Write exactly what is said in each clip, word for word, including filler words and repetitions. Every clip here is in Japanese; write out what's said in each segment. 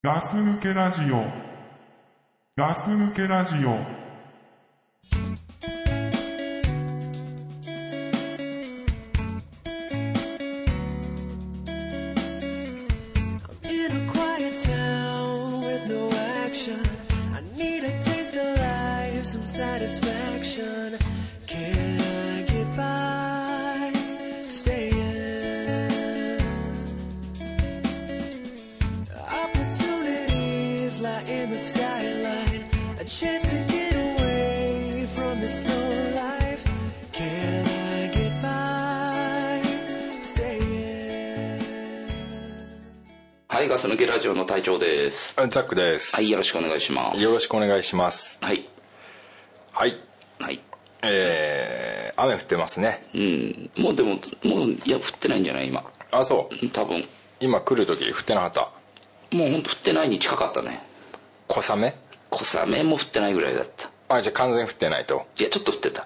ガス抜けラジオガス抜けラジオはい、ガス抜けラジオの隊長です。 ザックです。 はい、よろしくお願いします。 よろしくお願いします。 はいはいはい。 えー、雨降ってますね。 うん、もうでももういや降ってないんじゃない今。 あ、そう多分今来る時降ってなかった。 もうほんと降ってないに近かったね。 小雨小雨も降ってないぐらいだった。 あ、じゃあ完全に降ってないと。 いやちょっと降ってた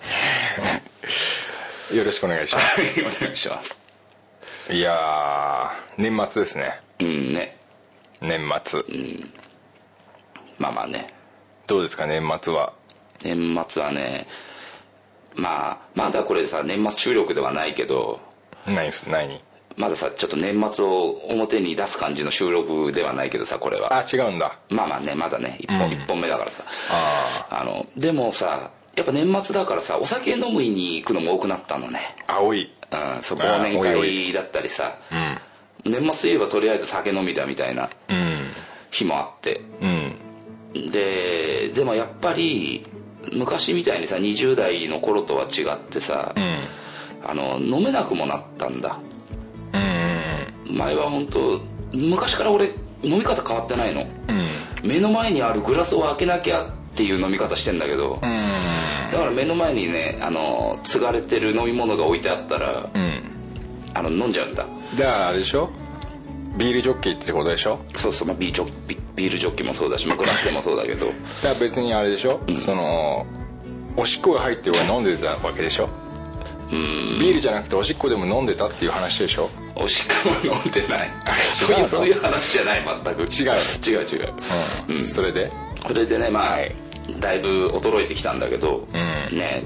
よろしくお願いしますお願いします。 いやー、年末ですね。 うんね、 年末、 うん、まあまあね。 どうですか年末は。 年末はね、まあまだこれさ年末収録ではないけど。 何す何まださちょっと年末を表に出す感じの収録ではないけどさ、これは。 あ、違うんだ。 まあまあね、まだね一本、うん、一本目だからさ。 ああのでもさやっぱ年末だからさお酒飲みに行くのも多くなったのね。 あ、多い。 うん、そう忘年会だったりさ、うん、年末といえばとりあえず酒飲みだみたいな日もあって、 うん、 ででもやっぱり昔みたいにさにじゅう代の頃とは違ってさ、うん、あの飲めなくもなったんだ、うん、前は本当昔から俺飲み方変わってないの、うん、目の前にあるグラスを開けなきゃっていう飲み方してんだけど、うん、だから目の前にねあの継がれてる飲み物が置いてあったら、うん、あの飲んじゃうんだ。 だからあれでしょ、ビールジョッキってことでしょ。 そうそう、まあ、ビージョビビールジョッキもそうだし、まあ、グラスでもそうだけどだから別にあれでしょ、うん、そのおしっこが入ってるから飲んでたわけでしょ。うん、ビールじゃなくておしっこでも飲んでたっていう話でしょ。 おしっこも飲んでないそういうそういう話じゃない。全く違う違う違う、 うんうん、それでそれでねまあ、はい、だいぶ衰えてきたんだけど、うん、ね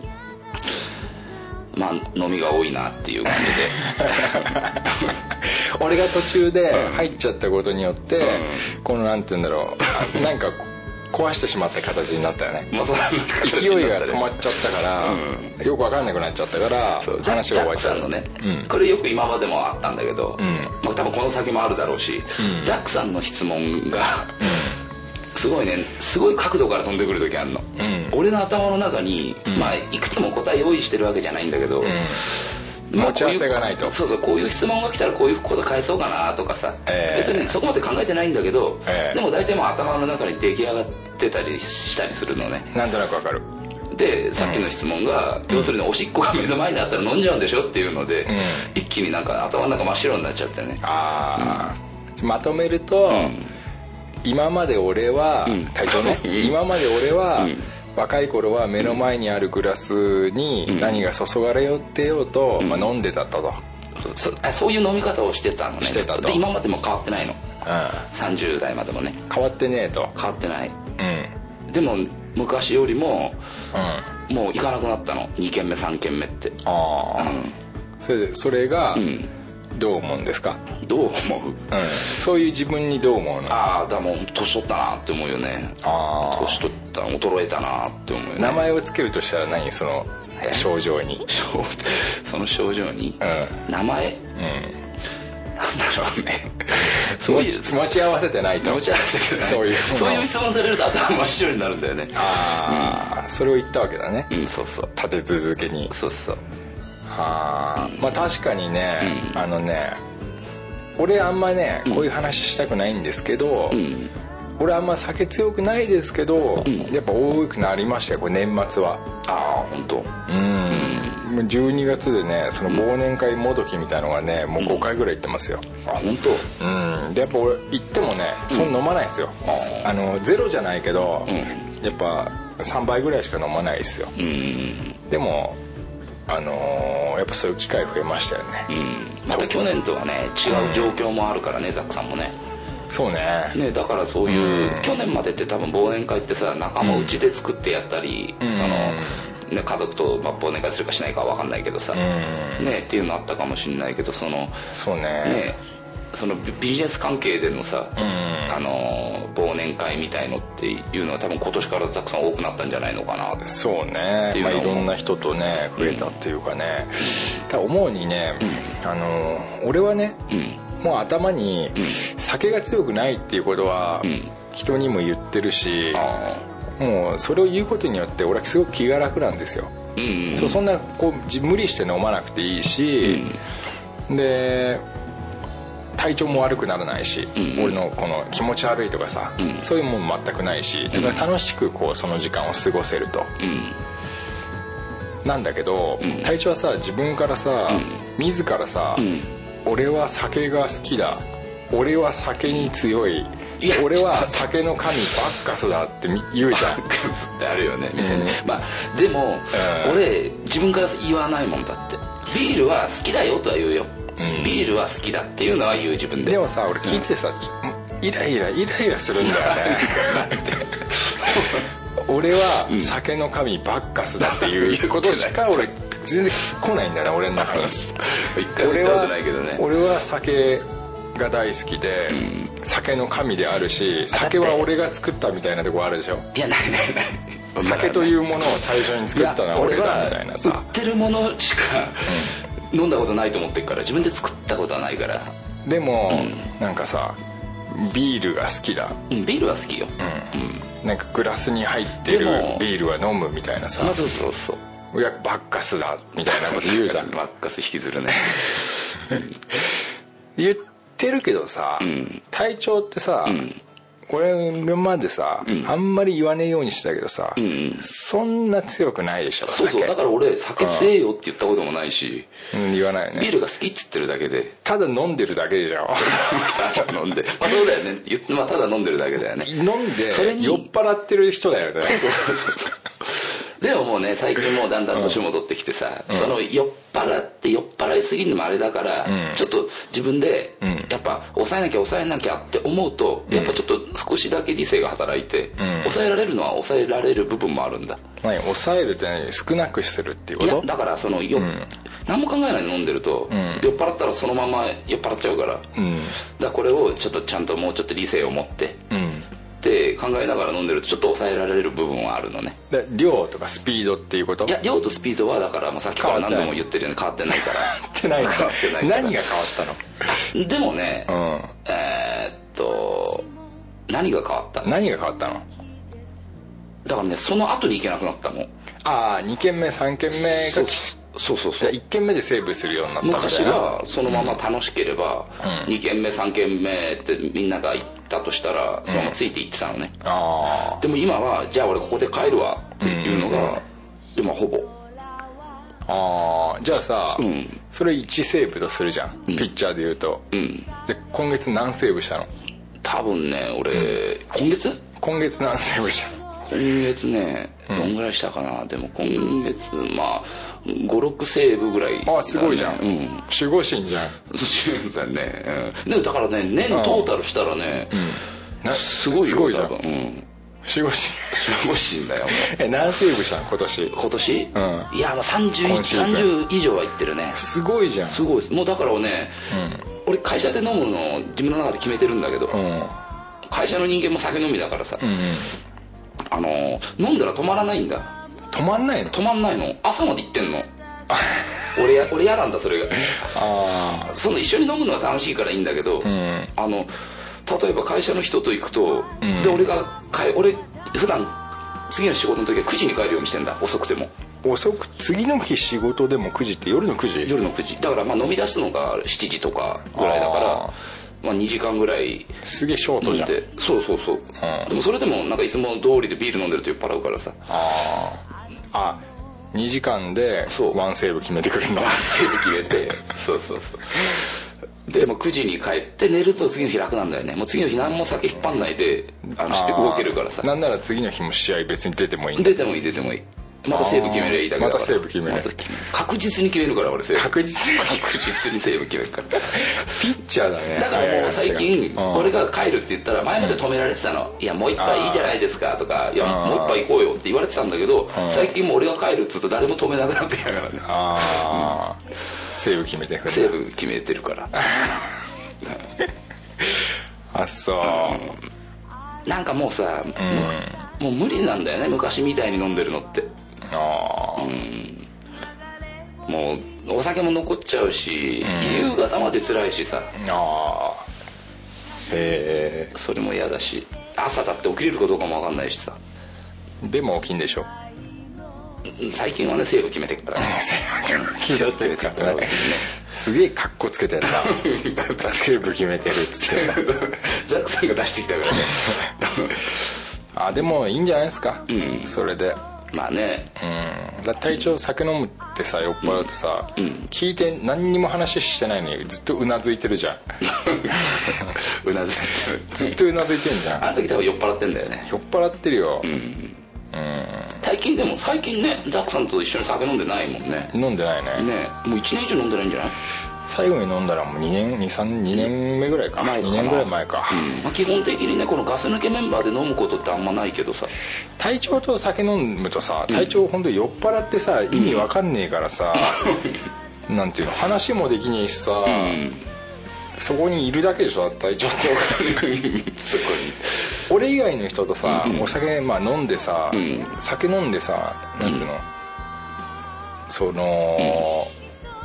まあ飲みが多いなっていう感じで俺が途中で入っちゃったことによって、うん、このなんて言うんだろうなんか壊してしまった形になったよね。 まあ、そんな勢いが止まっちゃったから、うん、よく分かんなくなっちゃったから話が終わっちゃう。 ザックさんのね、うん、これよく今までもあったんだけど、うんまあ、多分この先もあるだろうし、うん、ザックさんの質問が、うん、すごいねすごい角度から飛んでくる時あるの、うん、俺の頭の中に、うんまあ、いくつも答え用意してるわけじゃないんだけど、うんまあ、持ち合わせがないと。 そうそう、こういう質問が来たらこういうこと返そうかなとかさ、えー、別にそこまで考えてないんだけど、えー、でも大体もう頭の中に出来上がってたりしたりするのね。 なんとなくわかる。 でさっきの質問が、うん、要するにおしっこが目の前にあったら飲んじゃうんでしょっていうので、うん、一気になんか頭の中真っ白になっちゃってね。 あ、うん、まとめると、うん、今まで俺は、うん、隊長ね今まで俺は、うん若い頃は目の前にあるグラスに何が注がれよってようと、うんまあ、飲んでたと、 そ, そ, そういう飲み方をしてたのね。 してたと。 で今までも変わってないの、うん、さんじゅう代までもね変わってねえと。 変わってない、うん、でも昔よりも、うん、もう行かなくなったのに軒目さん軒目って。 ああ、うん、それでそれが、うんどう思うんですか。 どう思う、うん、 そういう自分にどう思うの。 ああだからもう年取ったなって思うよね。ああ年取った衰えたなって思うよね。 名前をつけるとしたら何その症状にその症状に、うん、名前、うん、なんだろうねそういう持ち合わせてないと。 持ち合わせてないそういうそういう質問されると頭真っ白になるんだよね。 ああ、うん、それを言ったわけだね。 うんそうそう立て続けに。 そうそうはあ、うん、まあ確かにね、うん、あのね俺あんまねこういう話したくないんですけど、うん、俺あんま酒強くないですけど、うん、やっぱ多くなりましたよこれ年末は。 ああ本当。 うん、うん、じゅうにがつでねその忘年会もどきみたいのがねもうごかいぐらい行ってますよ、 うん、あ本当。 うんでやっぱ俺行ってもねそんな飲まないですよ、うん、あのゼロじゃないけど、うん、やっぱさんばいぐらいしか飲まないですよ、うん、でもあのー、やっぱそういう機会増えましたよね、 うん、また去年とはね違う状況もあるからね、うん、ザックさんもね。 そうねね、だからそういう、うん、去年までって多分忘年会ってさ仲間内で作ってやったり、うん、そのね、家族と忘年会するかしないかは分かんないけどさ、うん、ねっていうのあったかもしれないけど、そのそうねねそのビジネス関係でのさ、うん、あの忘年会みたいのっていうのは多分今年からたくさん多くなったんじゃないのかなって。 そうね、まあ、いろんな人とね増えたっていうかね、うん、ただ思うにね、うん、あの俺はね、うん、もう頭に酒が強くないっていうことは人にも言ってるし、うん、もうそれを言うことによって俺はすごく気が楽なんですよ、うんうん、そうそんなこう無理して飲まなくていいし、うん、で体調も悪くならないし、うんうん、俺のこの気持ち悪いとかさ、うん、そういうもの全くないし、だから楽しくこうその時間を過ごせると、うん、なんだけど、うん、体調はさ自分からさ、うん、自らさ、うん、俺は酒が好きだ、俺は酒に強い、俺は酒の神バッカスだって言うじゃん。バッカスってあるよね店に、うん、まあでも、うん、俺自分から言わないもんだって。ビールは好きだよとは言うよ、うん、ビールは好きだっていうのは言う自分で。でもさ俺聞いてさ、うん、イライライライラするんだよね俺は酒の神バッカスだっていうことしか俺全然来ないんだよね俺の中に。一回も言ったことないけどね。俺は酒が大好きで、うん、酒の神であるし、酒は俺が作ったみたいなとこあるでしょ。いやないないない、酒というものを最初に作ったのは俺だみたいなさ。売ってるものしか、うん、飲んだことないと思ってるから自分で作ったことはないから。でも、うん、なんかさビールが好きだ、うん、ビールは好きよ、うんうん、なんかグラスに入ってるビールは飲むみたいなさ、そうそうそう、いやバッカスだみたいなこと言うじゃんバッカス引きずるね言ってるけどさ、うん、体調ってさ、うん、これ今までさ、うん、あんまり言わねえようにしてたけどさ、うん、そんな強くないでしょ。そうそう、だから俺酒強えよって言ったこともないし、うん、言わないよね。ビールが好きっつってるだけで、ただ飲んでるだけでしょただ飲んでまあそうだよね、まあ、ただ飲んでるだけだよね。飲んでそれに酔っ払ってる人だよね。そうそうそうそうでももうね最近もうだんだん年戻ってきてさ、うん、その酔っ払って酔っ払いすぎるのもあれだから、うん、ちょっと自分でやっぱ抑えなきゃ抑えなきゃって思うと、うん、やっぱちょっと少しだけ理性が働いて、うん、抑えられるのは抑えられる部分もあるんだ。何抑えるって何、少なくするっていうこと？いやだからそのよ、うん、何も考えないで飲んでると、うん、酔っ払ったらそのまま酔っ払っちゃうから、うん、だからこれをちょっとちゃんともうちょっと理性を持って、うんって考えながら飲んでるとちょっと抑えられる部分はあるのね。で量とかスピードっていうこと？いや量とスピードはだから、まあ、さっきから何度も言ってるように変わってないから変わってないから変わってないから何が変わったの？でもね、うん、えー、っと何が変わったの？何が変わったの？だからねその後に行けなくなったの。ああに軒目さん軒目がそうそうそうそういっ軒目でセーブするようになった。昔はそのまま楽しければ、うん、に軒目さん軒目ってみんなが行ったとしたらそのままついて行ってたのね、うん、あでも今はじゃあ俺ここで帰るわっていうのが、うん、でもほぼああじゃあさ、うん、それいちセーブとするじゃん、うん、ピッチャーでいうと、うん、で今月何セーブしたの？多分ね俺、うん、今月今月何セーブしたの？今月ねどんぐらいしたかな、うん、でも今月まあごろくセーブぐらい、ね、あすごいじゃん、うん、守護神じゃん。守護神だね、うん、でだからね年トータルしたらね、うん、すごいよすごいじゃん、うん、守護神守護神だよえ何セーブしたの今年？今年、うん、いやまあさんじゅう、さんじゅう以上はいってるね。すごいじゃん。すごいです。もうだからね、うん、俺会社で飲むの自分の中で決めてるんだけど、うん、会社の人間も酒飲みだからさ、うんうん、あの飲んだら止まらないんだ。止まんないの？止まんないの。朝まで行ってんの俺や俺嫌なんだそれがあその一緒に飲むのは楽しいからいいんだけど、うん、あの例えば会社の人と行くと、うん、で俺が俺普段次の仕事の時はくじに帰るようにしてんだ。遅くても遅く次の日仕事でもくじって夜のくじ？夜のくじだからまあ飲み出すのがしちじとかぐらいだからまあ、にじかんぐらいすげえショートじゃん。そうそうそう、うん、でもそれでもなんかいつも通りでビール飲んでると酔っ払うからさああにじかんでワンセーブ決めてくるんだ。ワンセーブ決めてそうそうそうでもくじに帰って寝ると次の日楽なんだよね。もう次の日何も酒引っ張んないであのして動けるからさ。なんなら次の日も試合別に出てもいいんだ。出てもいい出てもいい。 またセーブ決めりゃいいだけだから。 またセーブ決める、ま、 確実に決めるから俺セーブ。 確実に確実にセーブ決めるからピッチャーだね。 だからもう最近俺が帰るって言ったら前まで止められてたの、いやもう一杯いいじゃないですかとか、いやもう一杯行こうよって言われてたんだけど、最近もう俺が帰るっつうと誰も止めなくなってきたからね。 ああ、うん、セーブ決めてくる。 セーブ決めてるからあ、そう、 うん、なんかもうさ、うん、もう無理なんだよね昔みたいに飲んでるのって。あ、うん、もうお酒も残っちゃうし、うん、夕方まで辛いしさ。あ、へえ。それも嫌だし、朝だって起きれるかどうかも分かんないしさ。 でも起きんでしょ。 最近はねセーブ決めてるからね。セーブ決めてるからね。 すげえカッコつけてるなセーブ決めてるっつってさザックさんが出してきたからねあ、でもいいんじゃないですか、うん、それで。 まあね、 うん、だ体調酒飲むってさ酔っ払うとさ、うんうん、聞いて何にも話してないのにずっとうなずいてるじゃんうなずいてるずっとうなずいてんじゃん。 あの時多分酔っ払ってんだよね。 酔っ払ってるよ、うんうん、 最近でも最近ねザックさんと一緒に酒飲んでないもんね。 飲んでないね。 ね、もういちねん以上飲んでないんじゃない。 最後に飲んだらもうにねんにさんにねんめぐらいか。にねんぐらい前か、 うん、まあ、基本的にねこのガス抜けメンバーで飲むことってあんまないけどさ、 隊長と酒飲むとさ、隊長本当に酔っ払ってさ、意味わかんねえからさ、うん、なんていうの話もできねえしさ、うん、そこにいるだけでしょ隊長ってそこに俺以外の人とさ、うん、お酒、まあ、飲んでさ、うん、酒飲んでさ、なんつうの、うん、その、うん、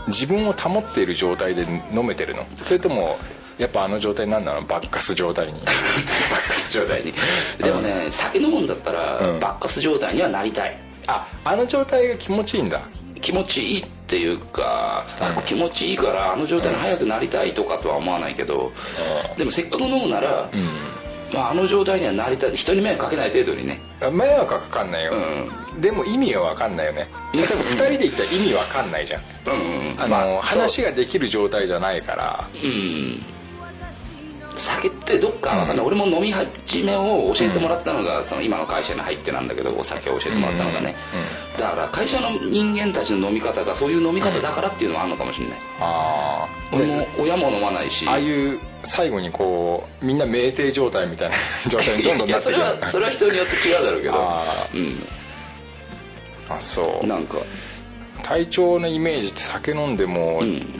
自分を保っている状態で飲めてるの？それともやっぱあの状態なんなの？バッカス状態にバッカス状態にでもね、うん、酒飲むんだったら、うん、バッカス状態にはなりたい。 あ、あの状態が気持ちいいんだ。 気持ちいいっていうか、うん、気持ちいいからあの状態に早くなりたいとかとは思わないけど、うん、でもせっかく飲むなら、うん、まあ、あの状態にはなりたい。人に迷惑かけない程度にね。 迷惑はかかんないよ、うん、でも意味は分かんないよね。例えばふたりで行ったら意味分かんないじゃん、うんうん、あの、まあ、話ができる状態じゃないから、うん、酒ってどっか分かんない、うん、俺も飲み始めを教えてもらったのが、うん、その今の会社に入ってなんだけどお酒を教えてもらったのがね、うんうん、だから会社の人間たちの飲み方がそういう飲み方だからっていうのはあるのかもしれない、うん、あ俺も親も飲まないし、ああいう最後にこうみんな酩酊状態みたいな状態にどんどんなってくる。 いやそれはそれは人によって違うだろうけど、あ、うん、 あ、そう。 なんか体調のイメージって酒飲んでも、うん、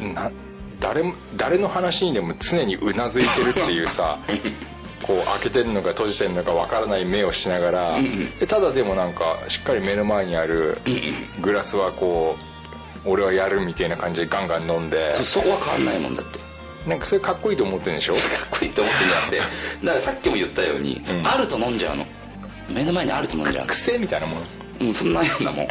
な誰も誰の話にでも常にうなずいてるっていうさこう開けてるのか閉じてるのか分からない目をしながら、うん、でただでもなんかしっかり目の前にあるグラスはこう俺はやるみたいな感じでガンガン飲んで、 そこは変わんないもんだって。 なんかそれかっこいいと思ってるんでしょ。かっこいいと思ってるんだって。だからさっきも言ったように、うん、あると飲んじゃうの。目の前にあると飲んじゃうの。 癖みたいなもの。 うん、そんなようなもん、うん、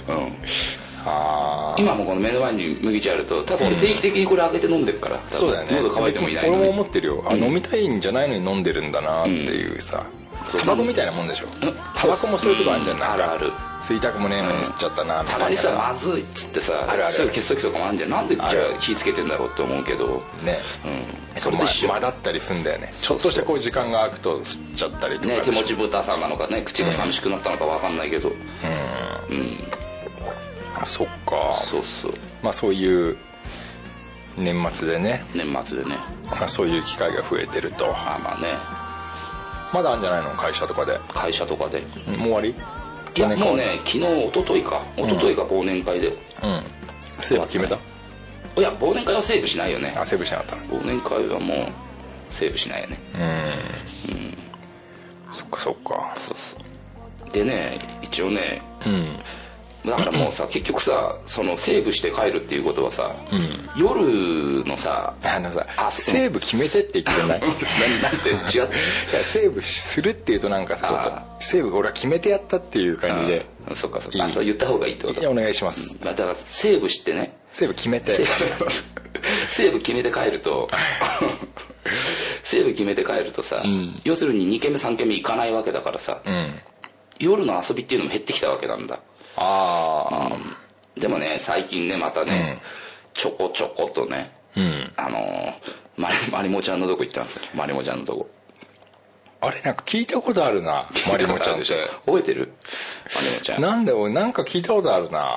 あ、今もこの目の前に麦茶あると多分俺定期的にこれ開けて飲んでるから、うん、 そうだよね。 喉乾いてもいないのに。 俺も思ってるよ、あ、うん、飲みたいんじゃないのに飲んでるんだなっていうさ、うん、タバコみたいなもんでしょ。タバコもそういうとこあるんじゃん、なんかあるある、吸いたくもねえのに吸っちゃったなみたいなさ、たまにさまずいっつってさ、あるある、すぐ消す時とかもあるんじゃん。なんでじゃあ火つけてんだろうって思うけどね、うん、それと一緒、まだったりすんだよね。ちょっとしたこう時間が空くと吸っちゃったりとかね、手持ち豚さんなのかね、口が寂しくなったのか分かんないけど、うん、うん、あ、そっか、そうそう、まあそういう年末でね、年末でね、まあ、そういう機会が増えてると。あ、まあね、まだあるんじゃないの会社とかで。会社とかでもう終わり？いやもうね、昨日一昨日か一昨日が忘年会で、うん、セーブ決めた？いや忘年会はセーブしないよね。あ、セーブしなかった。忘年会はもうセーブしないよね。うん、うん、そっかそっか。そうそうでね、一応ね、うん、だからもうさ結局さ、そのセーブして帰るっていうことはさ、うん、夜のさ、あのさ、あ、セーブ決めてって言ってない？なんて違う。セーブするっていうとなんかちょっとセーブ俺は決めてやったっていう感じで。あ、そっかそっか。あ、そう言った方がいいってこと。いやお願いします。だからセーブしてね。セーブ決めて。セーブ決めて帰るとセーブ決めて帰るとさ、うん、要するにに軒目さん軒目行かないわけだからさ、うん、夜の遊びっていうのも減ってきたわけなんだ。あ、うん、でもね最近ねまたね、うん、ちょこちょことね、うん、あのマリ、マリモちゃんのとこ行ったんですよ。マリモちゃんのとこ。あれなんか聞いたことあるな。マリモちゃんでしょ。覚えてる？ リモちゃん。 なんで俺なんか聞いたことあるな。 うん。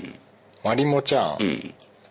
マリモちゃん。 うん。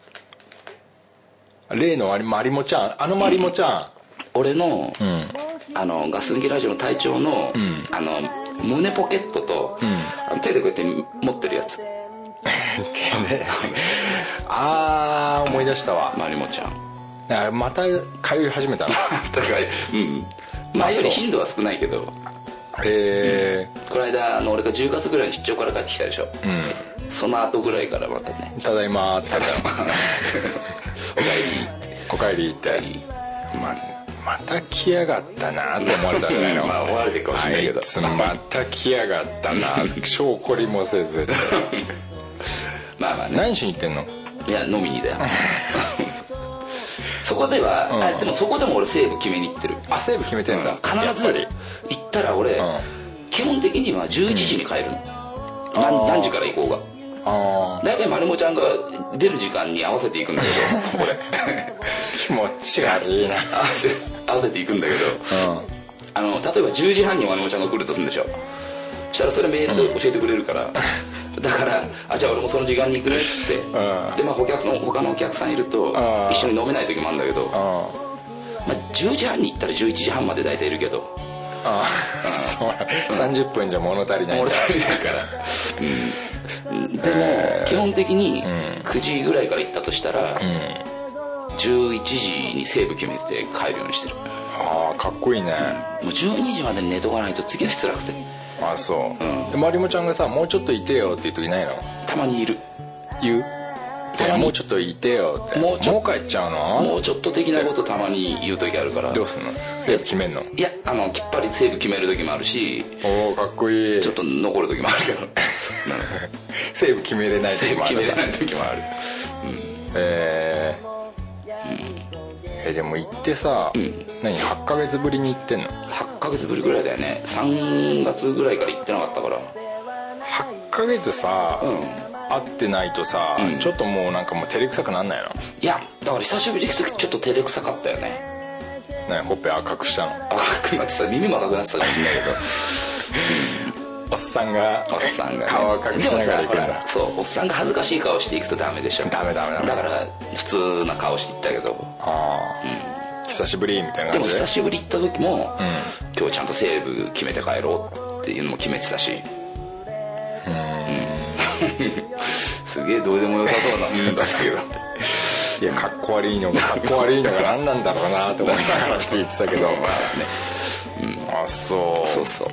例のマリモちゃん、あのマリモちゃん。うん、 俺の、 うん、 あのガス抜きラジオの隊長の、うん、あの胸ポケットと、うん、あの手でこうやって持ってるやつ。 手で。あー思い出したわ。 マリモちゃん。 あまた通い始めたの。 だからうん。前より頻度は少ないけど。 へえ、 うん。この間あの俺がじゅうがつぐらいに出張から帰ってきたでしょ。うん。その後ぐらいからまたね。 ただいまただいま。 おかえり。 おかえりって。ままた来やがったなって思われたんじゃないの。 まあ思われてるかもしれないけど。 あいつまた来やがったな。証拠りもせず。 まあまあね。 何しに行ってんの？ いや飲みにだよ。そこでは、うん、あでもそこでも俺セーブ決めに行ってる。 あセーブ決めてんだ、うん、 必ず行ったら俺、うん、基本的にはじゅういちじに帰るの、うん、何, 何時から行こうが。あ大体マリモちゃんが出る時間に合わせていくんだけど俺気持ち悪いな。 合わせ合わせていくんだけど、うん、あの例えばじゅうじはんにマリモちゃんが来るとするんでしょ。そしたらそれメールで教えてくれるから、うん、だからあじゃあ俺もその時間に行くねっつって、うん、でまあお客の他のお客さんいると一緒に飲めない時もあるんだけど、まあ、じゅうじはんに行ったらじゅういちじはんまで大体いるけど、 ああそう、さんじゅっぷんじゃ物足りない物足りないから、うん、でも基本的にくじぐらいから行ったとしたら、うん、じゅういちじにセーブ決めて帰るようにしてる。 ああかっこいいね、 うん、もうじゅうにじまでに寝とかないと次の日辛くて。 ああそう、うん、でマリモちゃんがさもうちょっといてよって言う時ないの？ たまにいる。 言う？たまにもうちょっといてよって。もうちょっともう帰っちゃうの？ もうちょっと的なことたまに言う時あるから。 どうすんの？セーブ決めんの？ いやあのきっぱりセーブ決める時もあるし、 おおかっこいい。 ちょっと残る時もあるけどセーブ決めれない時もある。 セーブ決めれない時もある、 うん、えー、うんえでも行ってさ、うん、何はっかげつぶりに行ってんの？ はっかげつぶりぐらいだよね。さんがつぐらいから行ってなかったから。はっかげつさ、うん、会ってないとさ、うん、ちょっともうなんかもう照れくさくなんないの？ いやだから久しぶりに行く時ちょっと照れくさかったよね。 ねほっぺ赤くしたの？ 赤くなってさ耳も赤くなってたじゃんだけどおっさんがおっさんが、ね、 顔赤くしながら行くんだ。 そうおっさんが恥ずかしい顔していくとダメでしょ。 ダメダメダメ。 だから普通な顔していったけど、ああ、うん、久しぶりみたいな感じで。 でも久しぶり行った時も、うん、今日ちゃんとセーブ決めて帰ろうっていうのも決めてたし、うん、うん、すげえどうでもよさそうなもんだったけどいやかっこ悪いのがかっこ悪いのが何なんだろうなと思いながら聞いてたけどまあね、うん、あそうそうそう。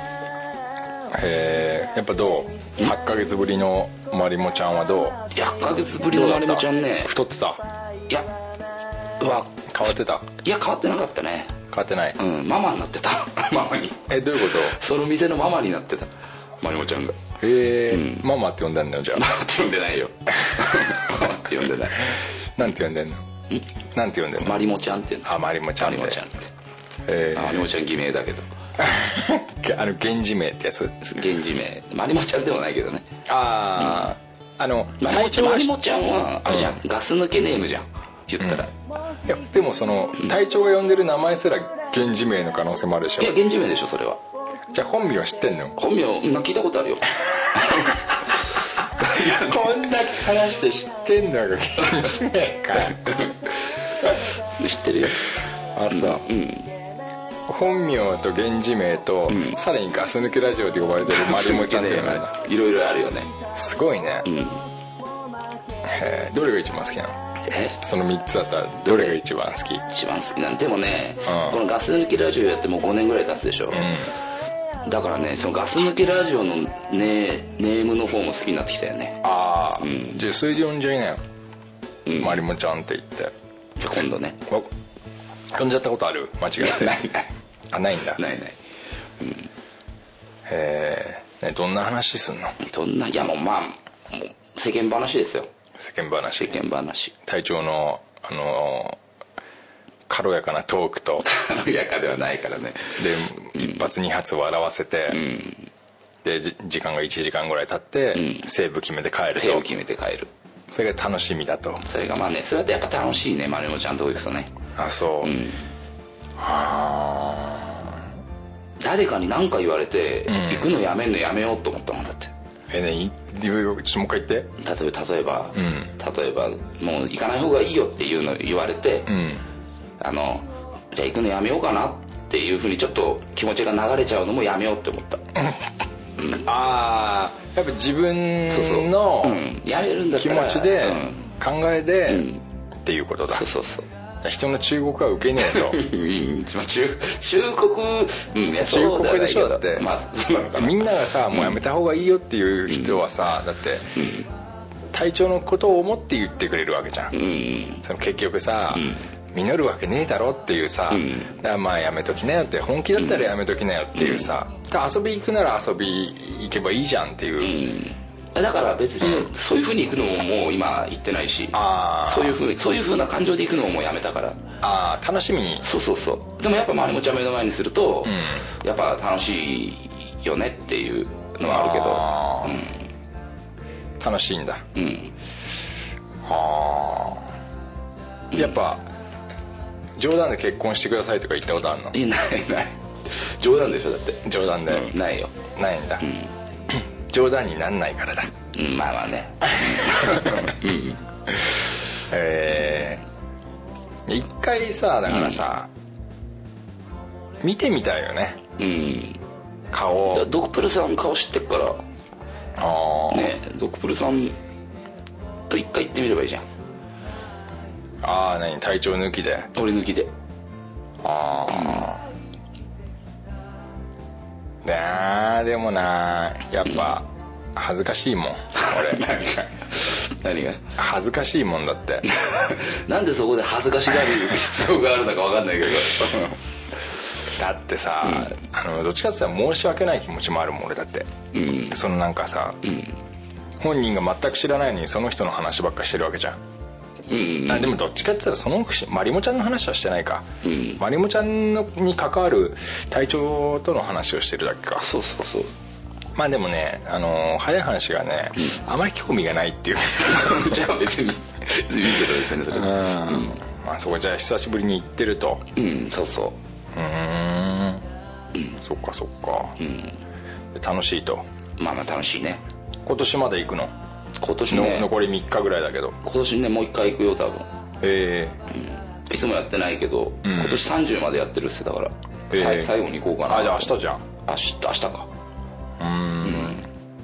へえやっぱどう？はっかげつぶりのマリモちゃんはどう？ いやはっかげつぶりのマリモちゃんね太ってた？ いやうわ変わってた？ いや変わってなかったね。 変わってない？ うんママになってたママに。 えどういうこと？ その店のママになってたマリモちゃんが。 へえ、うん、ママって呼んでんの？じゃあママって呼んでないよママって呼んでない。 なんて呼んでんの？んなんて呼んでんの？ マリモちゃんって。 あマリモちゃんって。 マリモちゃんって。えー、マリモちゃん偽名だけどあの源氏名ってやつ？ 源氏名マリモちゃんでもないけどね。 ああ、うん、あのマリモちゃんはあれじゃん、うん、ガス抜けネームじゃん言ったら、 うん、いやでもその隊長が呼んでる名前すら源氏名の可能性もあるでしょ。 いや源氏名でしょそれは。 じゃあ本名知ってんの？ 本名な聞いたことあるよこんだけ話して知ってんのが源氏名か知ってるよ。 あそう、うん、本名と源氏名と、うん、さらにガス抜けラジオで呼ばれてるマリモちゃんっていうのがいろいろあるよね。 すごいね、うん、へどれが一番好きなの？ えそのみっつだったらどれが一番好き？ 一番好きなのでもね、うん、このガス抜けラジオやってもうごねんぐらい経つでしょ、うん、だからねそのガス抜けラジオの、ね、ネームの方も好きになってきたよね。 ああ、うん、じゃあそれで呼んじゃいなよ、うん、マリモちゃんって言って。 じゃあ今度ね呼んじゃったことある？間違ってないないあないんだ。 ないない、うん、 へえどんな話すんの？ どんないやもうまあもう世間話ですよ。 世間話。 世間話。 隊長のあの軽やかなトークと軽やかではないからねで、うん、一発二発笑わせて、うん、で時間がいちじかんぐらい経って、うん、セーブ決めて帰ると。 セーブ決めて帰る。 それが楽しみだと。 それがまあねそれってやっぱ楽しいねマリモちゃんと行くとね。 あそう、うん、はあ誰かに何か言われて、うん、行くのやめんのやめようと思ったもんだって。 えね、ちょっともう一回言って。 例えば例えば、うん、例えばもう行かない方がいいよっていうの言われて、うん、あのじゃあ行くのやめようかなっていうふうにちょっと気持ちが流れちゃうのもやめようって思った。 うん、ああやっぱ自分の気持ちで考えで、うん、っていうことだ。 そうそうそう。 人の忠告は受けねえと。 忠忠告、 うん、忠告でしょだって、まあ、みんながさもうやめた方がいいよっていう人はさ、うん、だって、うん、体調のことを思って言ってくれるわけじゃん、うん、その結局さ、うん、実るわけねえだろっていうさ、うん、だからまあやめときなよって、本気だったらやめときなよっていうさ、うん、遊び行くなら遊び行けばいいじゃんっていう、うんだから別にそういう風に行くのももう今行ってないし、あそういう風そういう風な感情で行くのももうやめたから。 ああ楽しみに。 そうそうそう。でもやっぱ周りもちゃん目の前にすると、うん、やっぱ楽しいよねっていうのはあるけど、うん、楽しいんだ。うんはあやっぱ冗談で結婚してくださいとか言ったことあるの？ いやないない冗談でしょだって。 冗談で、 うん、ないよ。 ないんだ、うん冗談になんないからだ、 うん、まあまあねうん、えー、一回さだからさ、うん、見てみたいよね、うん、顔。 ドクプルさん顔知ってっからあねドクプルさんと一回行ってみればいいじゃん。 ああ何体調抜きで？ 俺抜きで。 ああ、うんねえでもなやっぱ恥ずかしいもん俺何が何が恥ずかしいもんだってなんでそこで恥ずかしがる必要があるのか分かんないけどだってさ、うん、あのどっちかって言ったら申し訳ない気持ちもあるもん俺だって、うん、そのなんかさ、うん、本人が全く知らないのにその人の話ばっかしてるわけじゃん。うんうん、あでもどっちかって言ったらそのまりもちゃんの話はしてないか、うん、まりもちゃんのに関わる体調との話をしてるだけか。 そうそうそう。 まあでもね、あのー、早い話がね、うん、あまり興味がないっていうじゃあ別に別にいいけどですねそれ、うんうん、 まあそこじゃあ久しぶりに行ってると。 うんそうそう。うーん、うん、そっかそっか、うん、楽しいと。 まあまあ楽しいね。 今年まで行くの？ 今年ねの残りみっかぐらいだけど今年ねもう一回行くよ多分。 へえ、 うん、いつもやってないけど、うん、今年さんじゅうまでやってるっすだから、えー、最後に行こうかな。 あじゃあ明日じゃん。 明日明日か。うーん、うん、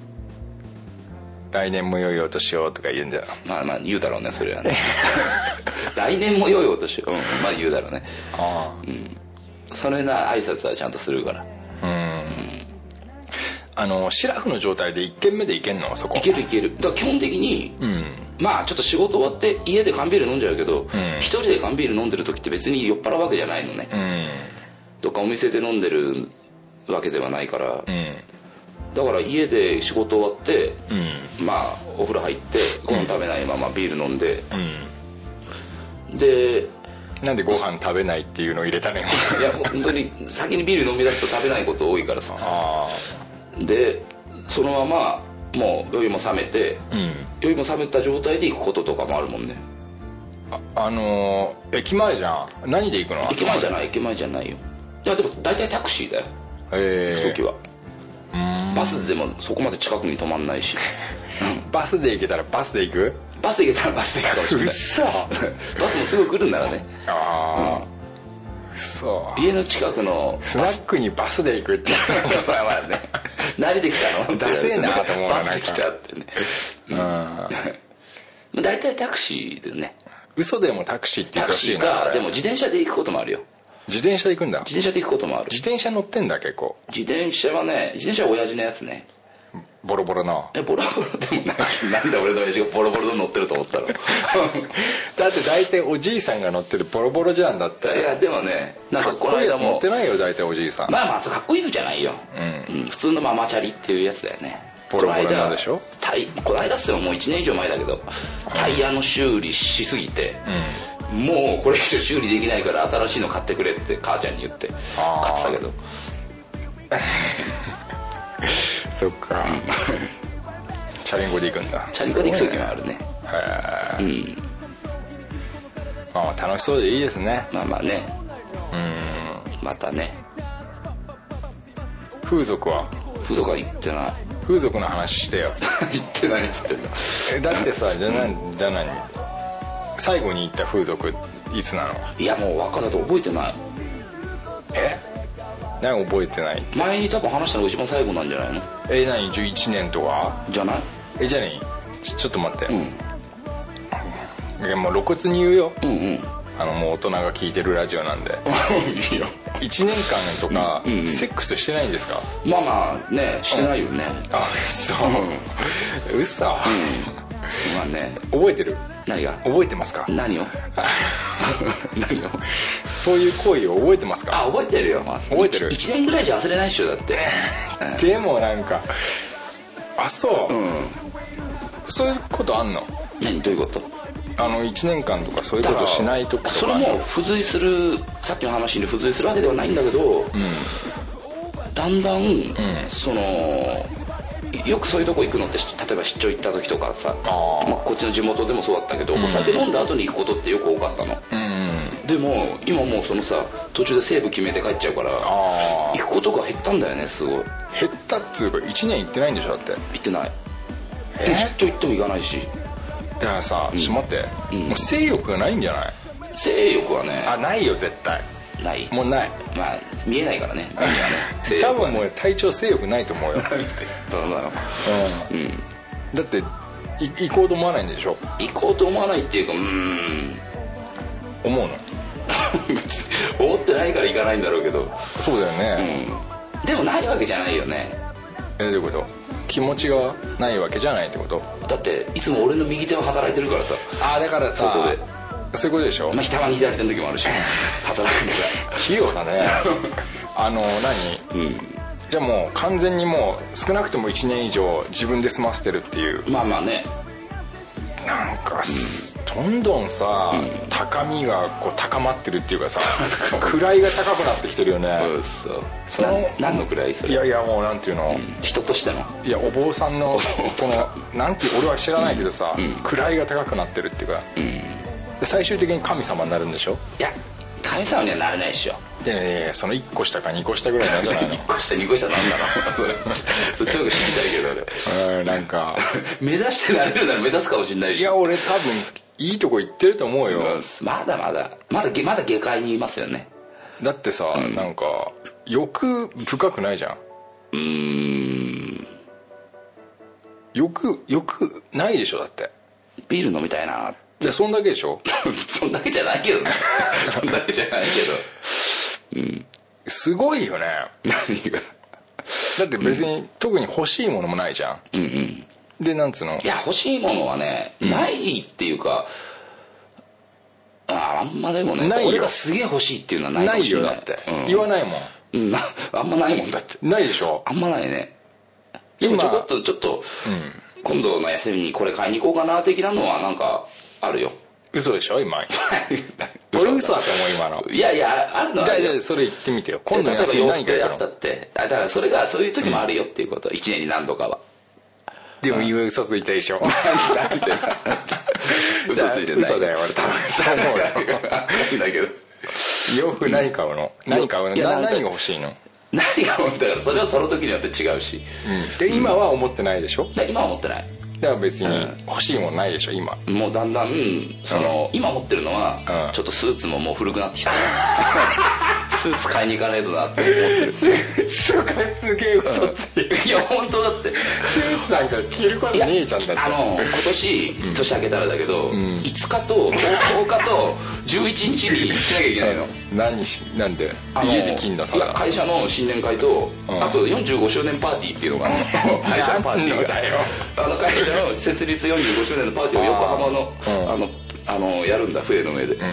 来年も良いお年をとか言うんだよ。 まあまあ言うだろうねそれはね来年も良いお年を、うん、まあ言うだろうね。ああ、うん、それな挨拶はちゃんとするから。うん、うん、 あのシラフの状態でいっ軒目で行けんの？そこ行ける行ける。だから基本的に、うん、まあちょっと仕事終わって家で缶ビール飲んじゃうけど、うん、一人で缶ビール飲んでる時って別に酔っ払うわけじゃないのね、うん、どっかお店で飲んでるわけではないから、うん、だから家で仕事終わって、うん、まあお風呂入ってご飯食べないままビール飲んで、うん、でなんでご飯食べないっていうのを入れたのよいや本当に先にビール飲み出すと食べないこと多いからさ。あでそのままもう酔いも冷めて、うん、酔いも冷めた状態で行くこととかもあるもんね。 あ、あのー、駅前じゃん。何で行くの？ 駅前じゃない駅前じゃないよ。いやでも大体タクシーだよ、えー、行く時は。バスでもそこまで近くに止まんないしバスで行けたらバスで行く？ バスで行けたらバスで行くかもしれない。うっそバスもすぐ来るんならね。ああ、 うん、そう家の近くのスナックにバスで行くっていうのがさまあね慣れてきたのダセえなと思うな。 バスで来たってね、うん、大体タクシーでね。 嘘でもタクシーって言ってほしいな。 タクシーかでも自転車で行くこともあるよ。 自転車で行くんだ。 自転車で行くこともある。 自転車乗ってんだ結構。 自転車はね自転車は親父のやつね。 ボロボロな。 えボロボロでもないなんで俺の親父がボロボロで乗ってると思ったのだって大体おじいさんが乗ってるボロボロじゃんだって。 いやでもねなんかこの間も乗ってないよ大体おじいさん。 まあまあそうかっこいいのじゃないよ、うんうん、普通のママチャリっていうやつだよね。 ボロボロなんでしょ。 この間っすよもういちねん以上前だけどタイヤの修理しすぎて、うん、もうこれ以上修理できないから新しいの買ってくれって母ちゃんに言って買ってたけどそっかチャリンコで行くんだ。 チャリンコで行く時もあるね。 へえ、うん、まあ楽しそうでいいですね。 まあまあね、うんまたね風俗は風俗は行ってない。 風俗の話してよ行ってないっつってんだ。 えだってさじゃあ何じゃあ何最後に行った風俗いつなの？ いやもう若だと覚えてない。 え何覚えてない？ 前に多分話したのが一番最後なんじゃないの？ え何じゅういちねんとかじゃない？ えじゃあ何 ち, ちょっと待って、 うん、 いやもう露骨に言うよ、 うんうん、 あのもう大人が聞いてるラジオなんでいいよ。 いちねんかんとか、 うんうん、 セックスしてないんですか？ まあまあねしてないよね、 うん、あそう、うん、嘘、うん、 まあね。 覚えてる？ 何が？ 覚えてますか？ 何を何をそういう行為を覚えてますか？ あ覚えてるよ、まあ、 覚えてる。 いち, いちねんぐらいじゃ忘れないっしょだってでもなんかあそう、 うん、 そういうことあんの？ 何どういうこと？ あのいちねんかんとかそういうことしないとか。 それも付随する、さっきの話に付随するわけではないんだけど、うん、だんだん、うん、そのよくそういうとこ行くのって例えば出張行った時とかさ、あ、まあ、こっちの地元でもそうだったけど、うん、お酒飲んだ後に行くことってよく多かったの、うん、でも今もうそのさ途中でセーブ決めて帰っちゃうから、あ、行くことが減ったんだよね。すごい減ったっつうかいちねん行ってないんでしょ？だって行ってない。出張行っても行かないし。 だからさ、うん、ちょっと待って、うん、もう性欲がないんじゃない？ 性欲はね、 あないよ絶対ない。 もうない。 まあ見えないからねね多分もう体調性欲ないと思うよどうなの、うんうん、だって行こうと思わないんでしょ？ 行こうと思わないっていうか、うーん思うの思ってないから行かないんだろうけど。 そうだよね、 うん、でもないわけじゃないよね。 えどういうこと？気持ちがないわけじゃないってこと？ だっていつも俺の右手は働いてるからさ。 ああだからさそこでそういうことでしょ？ まあたまに左手の時もあるし働くから器用だねあの何、うん、じゃあもう完全にもう少なくともいちねん以上自分で済ませてるっていう。 まあまあね。 なんか、うん、どんどんさ、うん、高みがこう高まってるっていうかさ位が高くなってきてるよね。 そうその何の位それ？ いやいやもうなんていうの、うん、 人としての、 いやお坊さんのこのなんていう俺は知らないけどさ、うん、位が高くなってるっていうか、うん、で最終的に神様になるんでしょ？いや神様にはなれないでしょ。 でねそのいっこ下かにこ下ぐらいなんじゃないの？ いっこ下にこ下なんだろうそっちの方が知りたいけど俺うんなんか目指してなれるなら目指すかもしれないし。 いや俺多分いいとこ行ってると思うよ、うん、 まだまだまだまだ下界にいますよね。 だってさ、うん、なんか欲深くないじゃん。 うーん欲欲ないでしょ？だってビール飲みたいな。 いやそんだけでしょそんだけじゃないけどねそんだけじゃないけど、うん、 すごいよね。 何が？ だって別に、うん、特に欲しいものもないじゃん。うんうんでなんつうの？ いや欲しいものはね、うん、ないっていうかああんまでもねないよ。これがすげえ欲しいっていうのはないかもしれない。 ないよだって、うん、言わないもん、 うん、あんまないもんだって。 ないでしょ？ あんまないね。今ちょこっとちょっと、うん、今度の休みにこれ買いに行こうかな的なのはなんかあるよ。 嘘でしょ今俺嘘だと思う今の。 いやいやあるのはじゃあじゃあそれ言ってみてよ。今度の休み何かやったって。だからそれがそういう時もあるよっていうこと、うん、いちねんに何度かは。 でも今嘘ついたでしょなんで嘘ついてない。 嘘だよ俺多分そう思うよだけど洋服何買うの？何買うの？何が欲しいの？ 何が欲しいだからそれはその時によって違うし、 うん、で今は思ってないでしょ？ 今は思ってない。 だから別に欲しいもんないでしょ今。 もうだんだんその、うん、今持ってるのは、うん、ちょっとスーツももう古くなってきたスーツ買いに行かないとなって思ってる。 スーツとかすげえ嘘ついて、 うん、いや本当だってスーツなんか着ることねえじゃんだって。 あの今年年明けたらだけど、うん、いつかととおかとじゅういちにちに着なきゃいけないの何しなんで家で着んだただ。 いや会社の新年会と、うん、あとよんじゅうごしゅうねんパーティーっていうのがあるの会社のパーティーがだよあの会社の設立よんじゅうごしゅうねんのパーティーを横浜のあのあのやるんだ笛の上で、うん、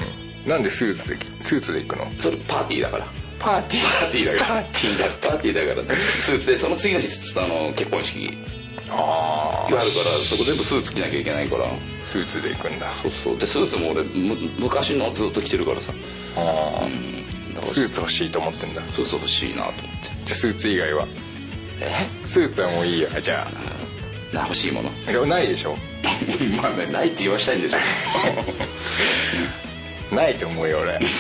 なんでスーツでスーツで行くの？それパーティーだからパーティーパーティーだからパーティーだパーティーだから、ね、スーツでその次の日あの結婚式ああがあるからそこ全部スーツ着なきゃいけないからスーツで行くんだ。 そうそうでスーツも俺む昔のずっと着てるからさあ、 うん、だからスーツ欲しいと思ってんだ。 そうそう欲しいなと思って。 じゃあスーツ以外は？ えスーツはもういいよじゃあな欲しいものないでしょまあねないって言わしたいんでしょないと思うよ俺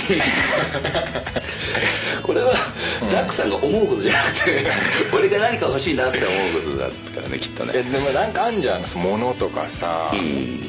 これはザックさんが思うことじゃなくて、うん、俺が何か欲しいなって思うことだったからねきっとね。 でもなんかあんじゃん物とかさ、うん、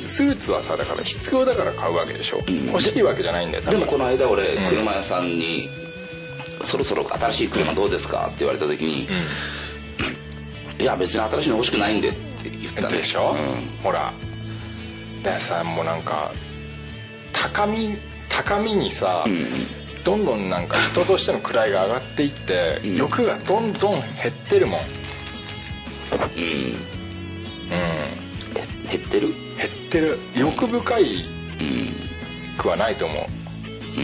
スーツはさだから必要だから買うわけでしょ、うん、欲しいわけじゃないんだよ。 でもこの間俺車屋さんに、うん、そろそろ新しい車どうですかって言われた時に、うん、いや別に新しいの欲しくないんでって言ったんでしょ、うん、ほらだからさもうなんか高み高みにさ、うんうん、どんどんなんか人としての位が上がっていって、うん、欲がどんどん減ってるもん。うん、うん、 減ってる減ってる。欲深いくはないと思う。 うん、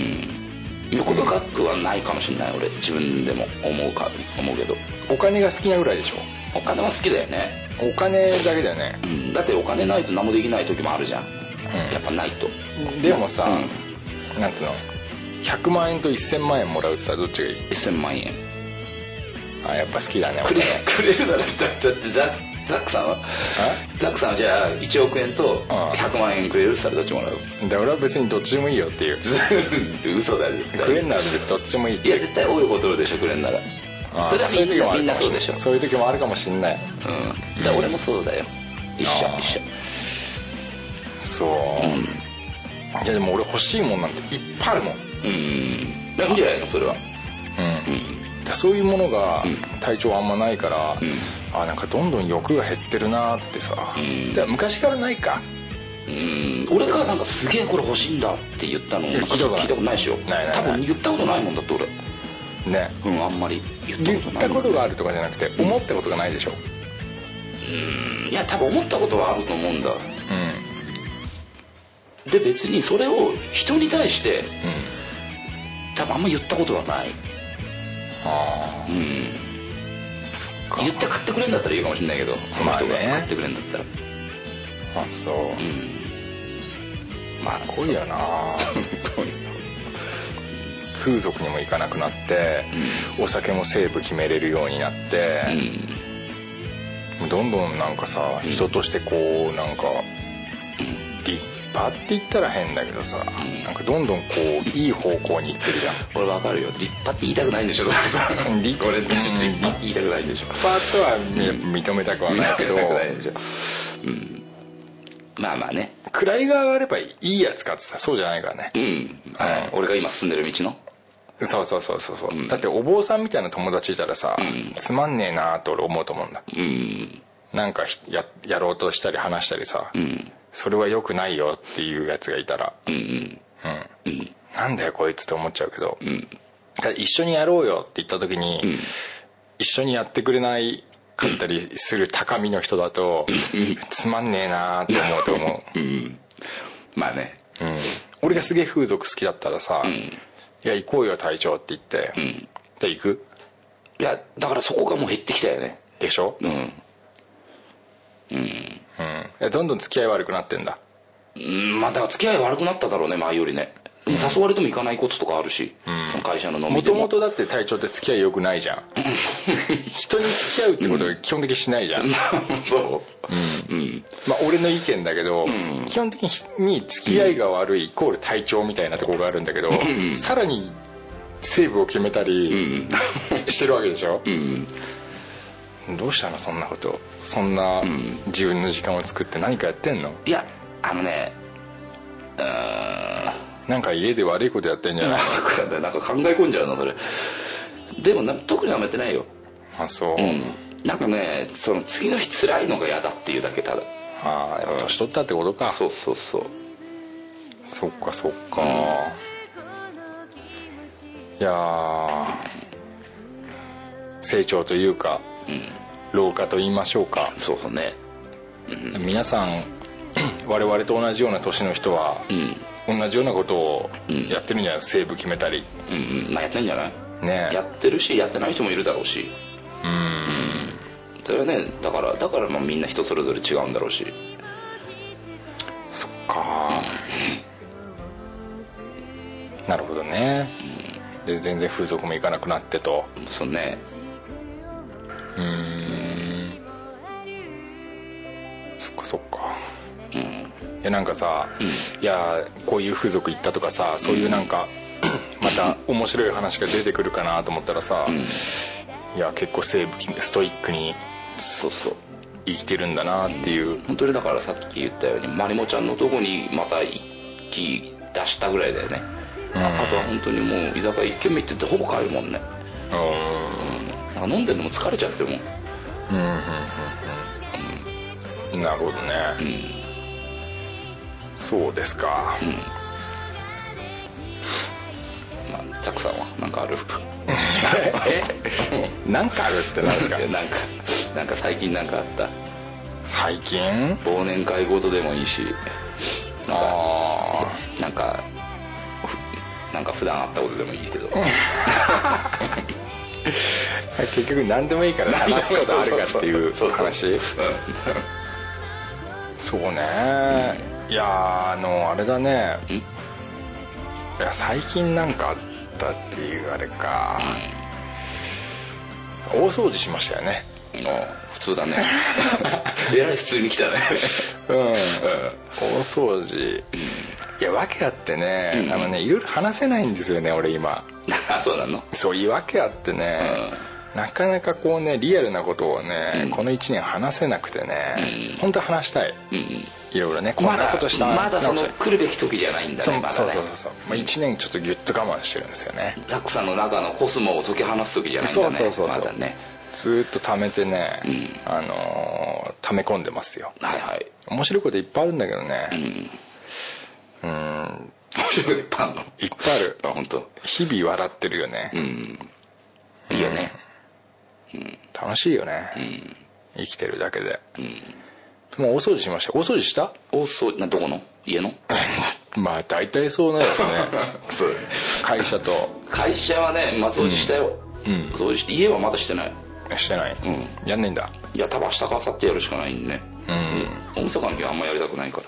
欲深くはないかもしれない俺自分でも思うか思うけど。 お金が好きなぐらいでしょ。 お金は好きだよね。 お金だけだよね、 うん、だってお金ないと何もできない時もあるじゃん、うん、やっぱないと。 でもさ、うん、なんつうのひゃくまんえんとせんまんえんもらうってさどっちがいい？ せんまんえん。 あやっぱ好きだね。 くれくれるならだってザザックさんはザックさんはじゃあいちおくえんとひゃくまんえんくれるって言ったらどっちもらう？ で俺は別にどっちでもいいよっていう嘘だよ。 くれんなら別にどっちもいいって。 いや絶対多い方取るでしょくれんなら。それはみんなみんなそうでしょ。 そういう時もあるかもしんない。 うん。だ俺もそうだよ。一緒一緒。 そう。うん、いやでも俺欲しいもんなんていっぱいあるもん。うん。 なんじゃないのそれは。 うん。うん、だそういうものが体調あんまないから、うん、あなんかどんどん欲が減ってるなってさ。うん。だ昔からないか。 うん。俺がなんかすげえこれ欲しいんだって言ったの聞いたことないでしょ。ないないない。多分言ったことないもんだって俺。ね、うん、あんまり言ったことない。 言ったことがあるとかじゃなくて、うん、思ったことがないでしょ。 うんいや多分思ったことはあると思うんだ。うんで別にそれを人に対して、うん、多分あんま言ったことはない。ああうん言って買ってくれんだったら言うかもしれないけどその人が買ってくれんだったら、 まあね、あそううんまあすごいよな風俗にも行かなくなって、うん、お酒もセーブ決めれるようになって、うん、どんどんなんかさ、うん、人としてこうなんか、うん、立派って言ったら変だけどさ、うん、なんかどんどんこういい方向に行ってるじゃん。 俺分かるよ立派って言いたくないんでしょ立派って言いたくないんでしょ。 立派とは、うん、認めたくはないけどうん、まあまあね位が上がればいいやつかってさそうじゃないからね。うん、うん、 俺が今進んでる道のそうそうそうそう、うん、だってお坊さんみたいな友達いたらさ、うん、つまんねえなと俺思うと思うんだ、うん、なんか や, やろうとしたり話したりさ、うん、それは良くないよっていうやつがいたら、うんうんうん、なんだよこいつって思っちゃうけど、うん、だから一緒にやろうよって言った時に、うん、一緒にやってくれないかったりする高みの人だと、うん、つまんねえなって思うと思う、うん、 まあね、 うん、俺がすげえ風俗好きだったらさ、うんいや行こうよ隊長って言って、うん、で行く？ いやだからそこがもう減ってきたよね。 でしょ？うんうんうんいやどんどん付き合い悪くなってんだ。 うんまあだから付き合い悪くなっただろうね前よりね、うん、誘われても行かないこととかあるし、うん、その会社の飲みでももともとだって隊長って付き合い良くないじゃん人に付き合うってことは基本的にしないじゃん、うん、そう、うんうん、まあ俺の意見だけど、うん、基本的に付き合いが悪いイコール隊長みたいなところがあるんだけど、うん、さらにセーブを決めたり、うん、してるわけでしょ、うん、どうしたのそんなことそんな自分の時間を作って何かやってんの？ いやあのねうーんなんか家で悪いことやってんじゃないの？なんか考え込んじゃうのそれ。でもな特にはめてないよ。 あそう、うん、 なんかねその次の日辛いのが嫌だっていうだけただ。 ああやっぱ年取ったってことか、 うん、そうそうそうそっかそっか、うん、いや成長というか、うん、老化と言いましょうか。 そうね、 うん、皆さん我々と同じような年の人は、うん、同じようなことをやってるんじゃない？セーブ決めたり、 うんうん、まあやってんじゃないね。やってるしやってない人もいるだろうし、うん、うん、それはねだからだからまあみんな人それぞれ違うんだろうし。 そっか、うん、なるほどね、うん、で全然風俗も行かなくなってと。 そうね。 うーんそっかそっか、うん、いやなんかさ、うん、いやこういう風俗行ったとかさ、そういうなんか、うん、また面白い話が出てくるかなと思ったらさ、うん、いや結構西部ストイックにそうそう生きてるんだなっていう、うん、 本当にだからさっき言ったようにまりもちゃんのとこにまた一気出したぐらいだよね、うん、あとは本当にもう居酒屋一軒目行っててほぼ帰るもんね。うん、なんか飲んでるのも疲れちゃってるもん。うんうんうんうん、なるほどね、うん、そうですか、うん、 まあザックさんは何かある？ え何かあるって何ですか？ なんかなんか最近何かあった？ 最近？ 忘年会ごとでもいいし、なんかあなんかなんか普段あったことでもいいけど結局何でもいいから話すことあるかっていう話。そうね、うん、いやあのあれだね、いや最近なんかあったっていうあれか、うん、大掃除しましたよね。 普通だねえらい普通に来たねうん、うん、大掃除、いや訳あってね、うん、あのねいろいろ話せないんですよね俺今そうなの？ そういう訳あってね、うん、なかなかこうねリアルなことをね、うん、このいちねん話せなくてね、うん、本当は話したい、うん、いろいろねこんなことしたまだまだその来るべき時じゃないんだね。まだねそうそうそうそう、まあ、いちねんちょっとギュッと我慢してるんですよね。 ザックさんの中のコスモを解き放す時じゃないんだね。 そうそうそうそう、 まだねずっと溜めてね、うん、あのー、溜め込んでますよ。 はいはい。 面白いこといっぱいあるんだけどね、 うん、うん面白いこといっぱいあるの？ いっぱいある。 あ本当。 日々笑ってるよね。 うん。いいよね。 うん、楽しいよね、うん、生きてるだけで、うん、もう大掃除しました。大掃除した？ 大掃除などこの？家の？ まあ大体そうなんですねそう会社と会社はねまあ掃除したよ、うん、掃除して家はまだしてない。 してない、うん、やんねえんだ。 いや多分明日か明後日やるしかないんでね、うん、大阪の日はあんまやりたくないから。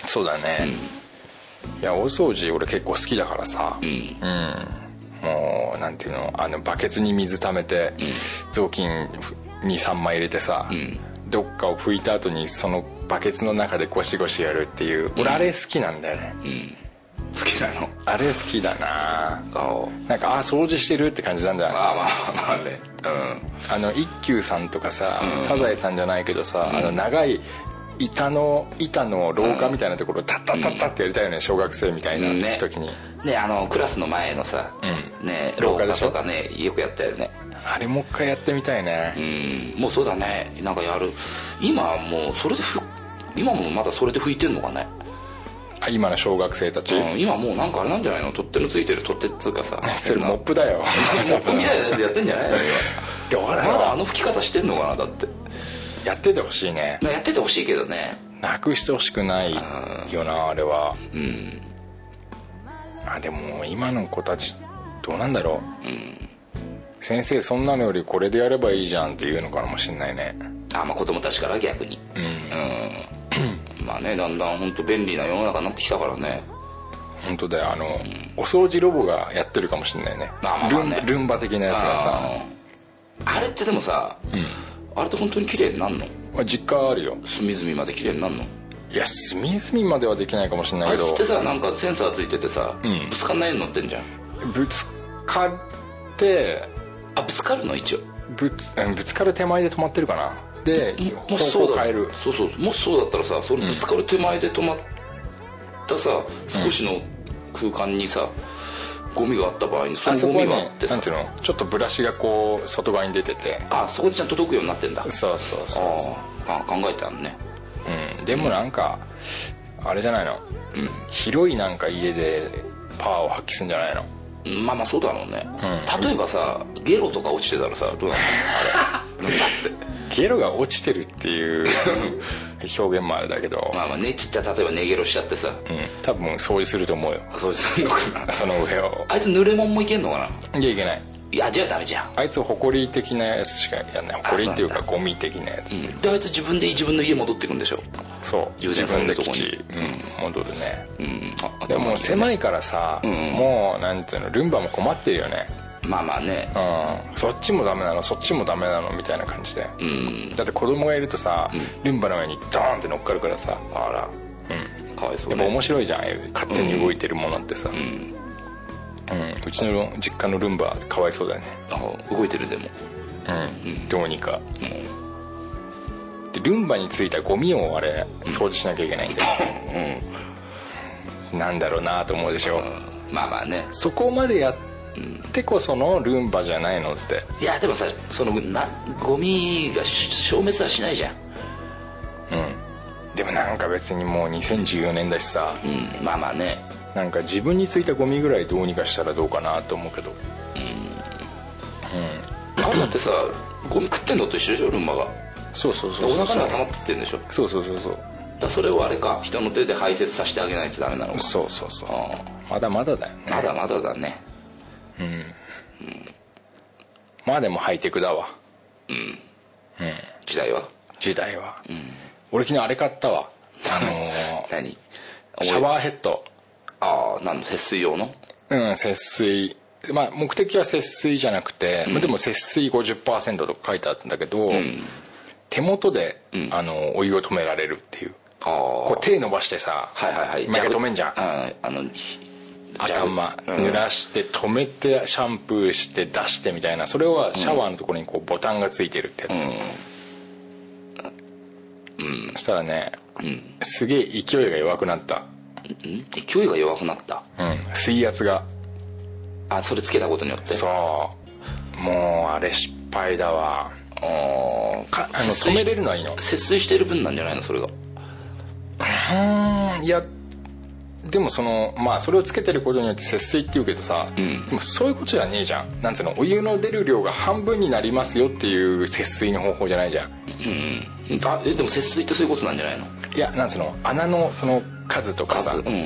そうだね、うん、いや大掃除俺結構好きだからさ、うん、うん、もうなんていうのあのバケツに水溜めて、うん、雑巾にさんまい入れてさ、うん、どっかを拭いた後にそのバケツの中でゴシゴシやるっていう、俺あれ好きなんだよね、うん、 好きなの？ あれ好きだな。なんかあ掃除してるって感じなんじゃない？ まあまあまあね、 うん、あの一休さんとかさ、うん、サザエさんじゃないけどさ、うん、あの長い板の板の廊下みたいなところをタッタッタッタッってやりたいよね、小学生みたいな時に、 うん、ね, ねあのクラスの前のさ、うん、ね廊下とかねよくやったよね。 あれもう一回やってみたいね。 うんもうそうだね、なんかやる。今もうそれでふ今もまだそれで拭いてんのかね。 あ今の小学生たち、 うん、今もうなんかあれなんじゃないの、取っ手のついてる取っ手っつうかさそれモップだよモップみたいなやつやってんじゃないの今まだあの拭き方してんのかな。だってやっててほしいね。 やっててほしいけどね、 なくしてほしくないよなあれは。うんあでも今の子たちどうなんだろう、うん、先生そんなのよりこれでやればいいじゃんっていうのかもしれないね。 あまあ子供たちから逆にうん、うん、まあねだんだん本当便利な世の中になってきたからね。 本当だよあの、うん、お掃除ロボがやってるかもしれないね。まあまあまあね、ルン、ルンバ的なやつがさあ, あれってでもさ、うん、あれって本当に綺麗になんの？ 実家あるよ。 隅々まで綺麗になんの？ いや隅々まではできないかもしれないけど、 あれってさなんかセンサーついててさ、うん、ぶつかんないように乗ってんじゃん。 ぶつかってあぶつかるの一応ぶ, ぶつかる手前で止まってるかな。でもしそうだ変えるそうそうもしそうだったらさそれぶつかる手前で止まったさ、うん、少しの空間にさゴミがあった場合にそのゴミがあってさ、 なんていうのちょっとブラシがこう外側に出ててあそこでちゃんと届くようになってんだ。 そうそうそうあ考えてあるね。 うんでもなんか、うん、あれじゃないの、うん、広いなんか家でパワーを発揮するんじゃないの。 まあまあそうだろうね、うん、例えばさゲロとか落ちてたらさどうなのあれなんだってゲロが落ちてるっていう表現もあれだけどまあまあねちっちゃ例えば寝ゲロしちゃってさ、うん、 多分掃除すると思うよ。 掃除するのかなその上を。 あいつ濡れ物もいけんのかな。 いやいけない。 いやじゃあダメじゃん。 あいつホコリ的なやつしかやんない。ホコリっていうかゴミ的なやつ、うん、 であいつ自分で自分の家戻ってくんでしょ。 そう自分で基地、うん、戻るね、うん、 あでも狭いからさ、うん、もうなんていうのルンバも困ってるよね。 まあまあね、 うん、そっちもダメなのそっちもダメなのみたいな感じで、うん、だって子供がいるとさ、うん、ルンバの上にドーンって乗っかるからさ。 あら、 うん、 かかわいそうね。 やっぱ面白いじゃん、勝手に動いてるものってさ、うん、うん、うちの実家のルンバかわいそうだよね。 あ、動いてるでも、 うん、うん、どうにか、うん、でルンバについたゴミをあれ掃除しなきゃいけないんだよ、うん、なんだろうなと思うでしょ、うん、 まあまあね、 そこまでやってこそのルンバじゃないのって。 いやでもさ、そのなゴミが消滅はしないじゃん。 うん、でもなんか別にもうにせんじゅうよねんだしさ、 うん、まあまあね、 なんか自分についたゴミぐらいどうにかしたらどうかなと思うけど、うん、 うん、あれだってさ、ゴミ食ってんのと一緒でしょ、ルンバが。 そうそうそうそう、 お腹には溜まってってんでしょ。 そうそうそうそう、 だそれをあれか、人の手で排泄させてあげないとダメなのか。 そうそうそう、まだまだだよね、 まだまだだね、 うん、うん、まあでもハイテクだわ、 うん、うん、時代は時代は、 うん、 俺昨日あれ買ったわ、あのー、 何、 シャワーヘッド。 ああ、なんの節水用の。 うん、節水、まあ目的は節水じゃなくて、うん、でも節水 ごじゅっパーセント とか書いてあったんだけど、うん、手元で、うん、あのお湯を止められるっていう。あ、こう手伸ばしてさ、 はいはいはい、 毎回止めんじゃん、 ああの頭濡らして止めてシャンプーして出してみたいな、それはシャワーのところにこうボタンがついてるってやつ、うん、そしたらね、うん、すげえ勢いが弱くなった、 うん、勢いが弱くなった、 うん、水圧が。 あ、それつけたことによって。 そうもうあれ失敗だわ。あかあの止めれるのはいいの。 節水してる分なんじゃないの、それが。 うん、いやでもそのまあそれをつけてることによって節水っていうけどさ、うん、でもそういうことじゃねえじゃん。なんつうの、お湯の出る量が半分になりますよっていう節水の方法じゃないじゃん、 うん、あえでも節水ってそういうことなんじゃないの。 いや、なんつうの、穴のその数とかさ、 うんうんうん、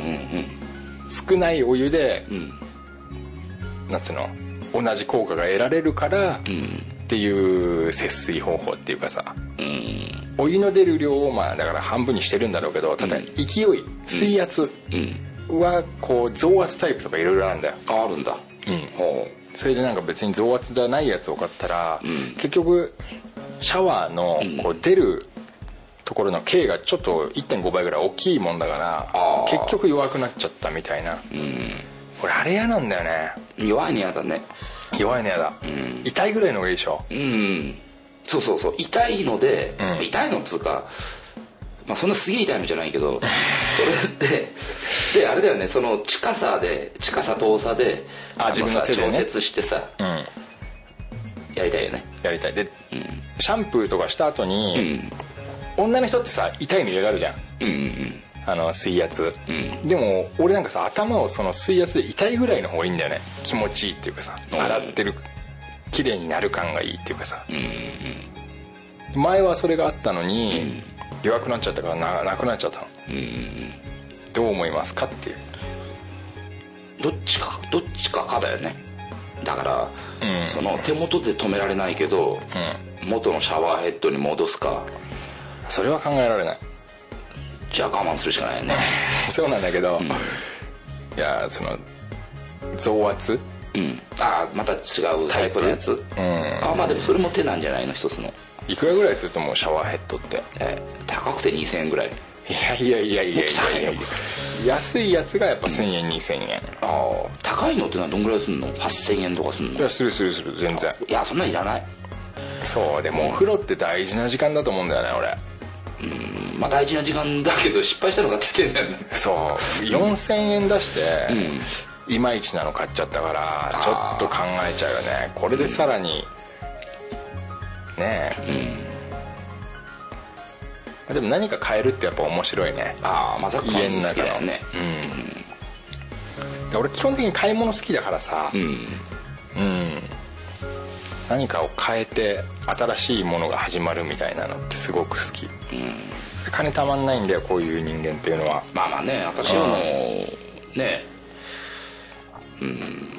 少ないお湯で、うん、なんつうの、同じ効果が得られるから、うん、っていう節水方法っていうかさ、うん、お湯の出る量をまあだから半分にしてるんだろうけど、ただ勢い、うん、水圧はこう増圧タイプとかいろいろあるんだよ。 ああるんだ、 うん、それでなんか別に増圧じゃないやつを買ったら、うん、結局シャワーのこう出るところの径がちょっと いってんご 倍ぐらい大きいもんだから、結局弱くなっちゃったみたいな、うん、これあれ嫌なんだよね。 弱いの嫌だね。 弱いの嫌だ、うん、痛いぐらいの方がいいでしょ。 うん、そうそうそう、痛いので、うん、痛いのっつうか、まあ、そんなすげえ痛いのじゃないけどそれでであれだよね、その近さで近さ遠さであ自分の手で、ね、 調節してさ、うん、やりたいよね。 やりたいで、うん、シャンプーとかした後に、うん、女の人ってさ痛いの嫌がるじゃん、うんうん、あの水圧、うん、でも俺なんかさ頭をその水圧で痛いぐらいの方がいいんだよね。気持ちいいっていうかさ、洗ってる綺麗になる感がいいっていうかさ、うんうん、前はそれがあったのに、うん、弱くなっちゃったから な, なくなっちゃったの、うん、どう思いますかっていう。 どっちかどっちかかだよね。だから、うん、その手元で止められないけど、うん、元のシャワーヘッドに戻すか。 それは考えられない。 じゃあ我慢するしかないよねそうなんだけど、うん、いやその増圧、 うん、ああまた違うタイプのやつ、うん、あまあでもそれも手なんじゃないの、一つの。 いくらぐらいすると思う、シャワーヘッドって。 えー、高くてにせんえんぐらい。 いやいやいやいやいやいやいや安いやつがやっぱせんえんにせんえん。 ああ高いのってのはどんぐらいするの。はっせんえんとかするの。 いやするするする全然。 いやそんなんいらない。 そうでもお風呂って大事な時間だと思うんだよね俺。 うんまあ大事な時間だけど失敗したのが出てんだよね。 そうよんせんえん出して、うん、いまいちなの買っちゃったからちょっと考えちゃうよね。これでさらに、うん、ねえ、うん、でも何か変えるってやっぱ面白いね。 ああまさか家の中のね、うん、で俺基本的に買い物好きだからさ、うん、うん、何かを変えて新しいものが始まるみたいなのってすごく好き、うん、金たまんないんだよこういう人間っていうのは。 まあまあね私はもうね、 うん、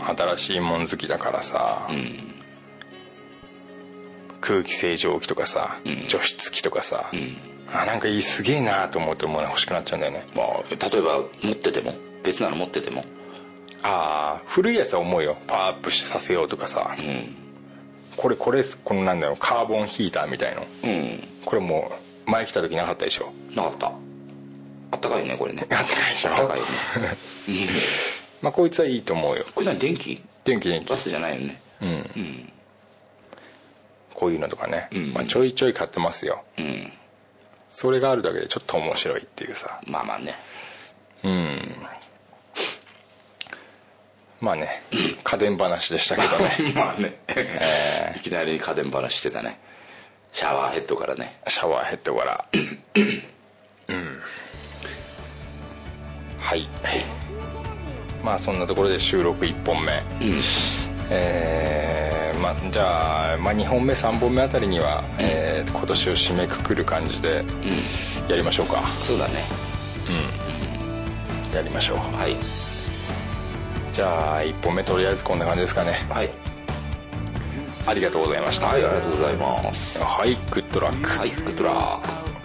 新しいもん好きだからさ、うん、空気清浄機とかさ、うん、除湿機とかさ、うん、あなんかいいすげえなと思うともう欲しくなっちゃうんだよね。 まあ、例えば持ってても別なの持っててもああ古いやつは思うよ、パワーアップさせようとかさ、うん、これこれこのなんだろうカーボンヒーターみたいの、うん、これもう前来た時なかったでしょ。 なかった。あったかいねこれね。 あったかいでしょ。 あったかいよねまあこいつはいいと思うよ。 これ何電気？ 電気電気。 ガスじゃないよね。 うん、うん、こういうのとかね、 うん、 まあ、ちょいちょい買ってますよ、 うん、 それがあるだけでちょっと面白いっていうさ。 まあまあね。 うんまあね、家電話でしたけどねまあね、えー、いきなり家電話してたね。シャワーヘッドからね。 シャワーヘッドからうんはい、まあそんなところで収録いっぽんめ、うん、えー、まあじゃあ、まあ、にほんめさんぼんめあたりには、うん、えー、今年を締めくくる感じでやりましょうか、うん、 そうだね、 うん、やりましょう。 はい、 じゃあいっぽんめとりあえずこんな感じですかね。 はい、 ありがとうございました。 はい、ありがとうございます。 はい、グッドラック。 はい、グッドラック。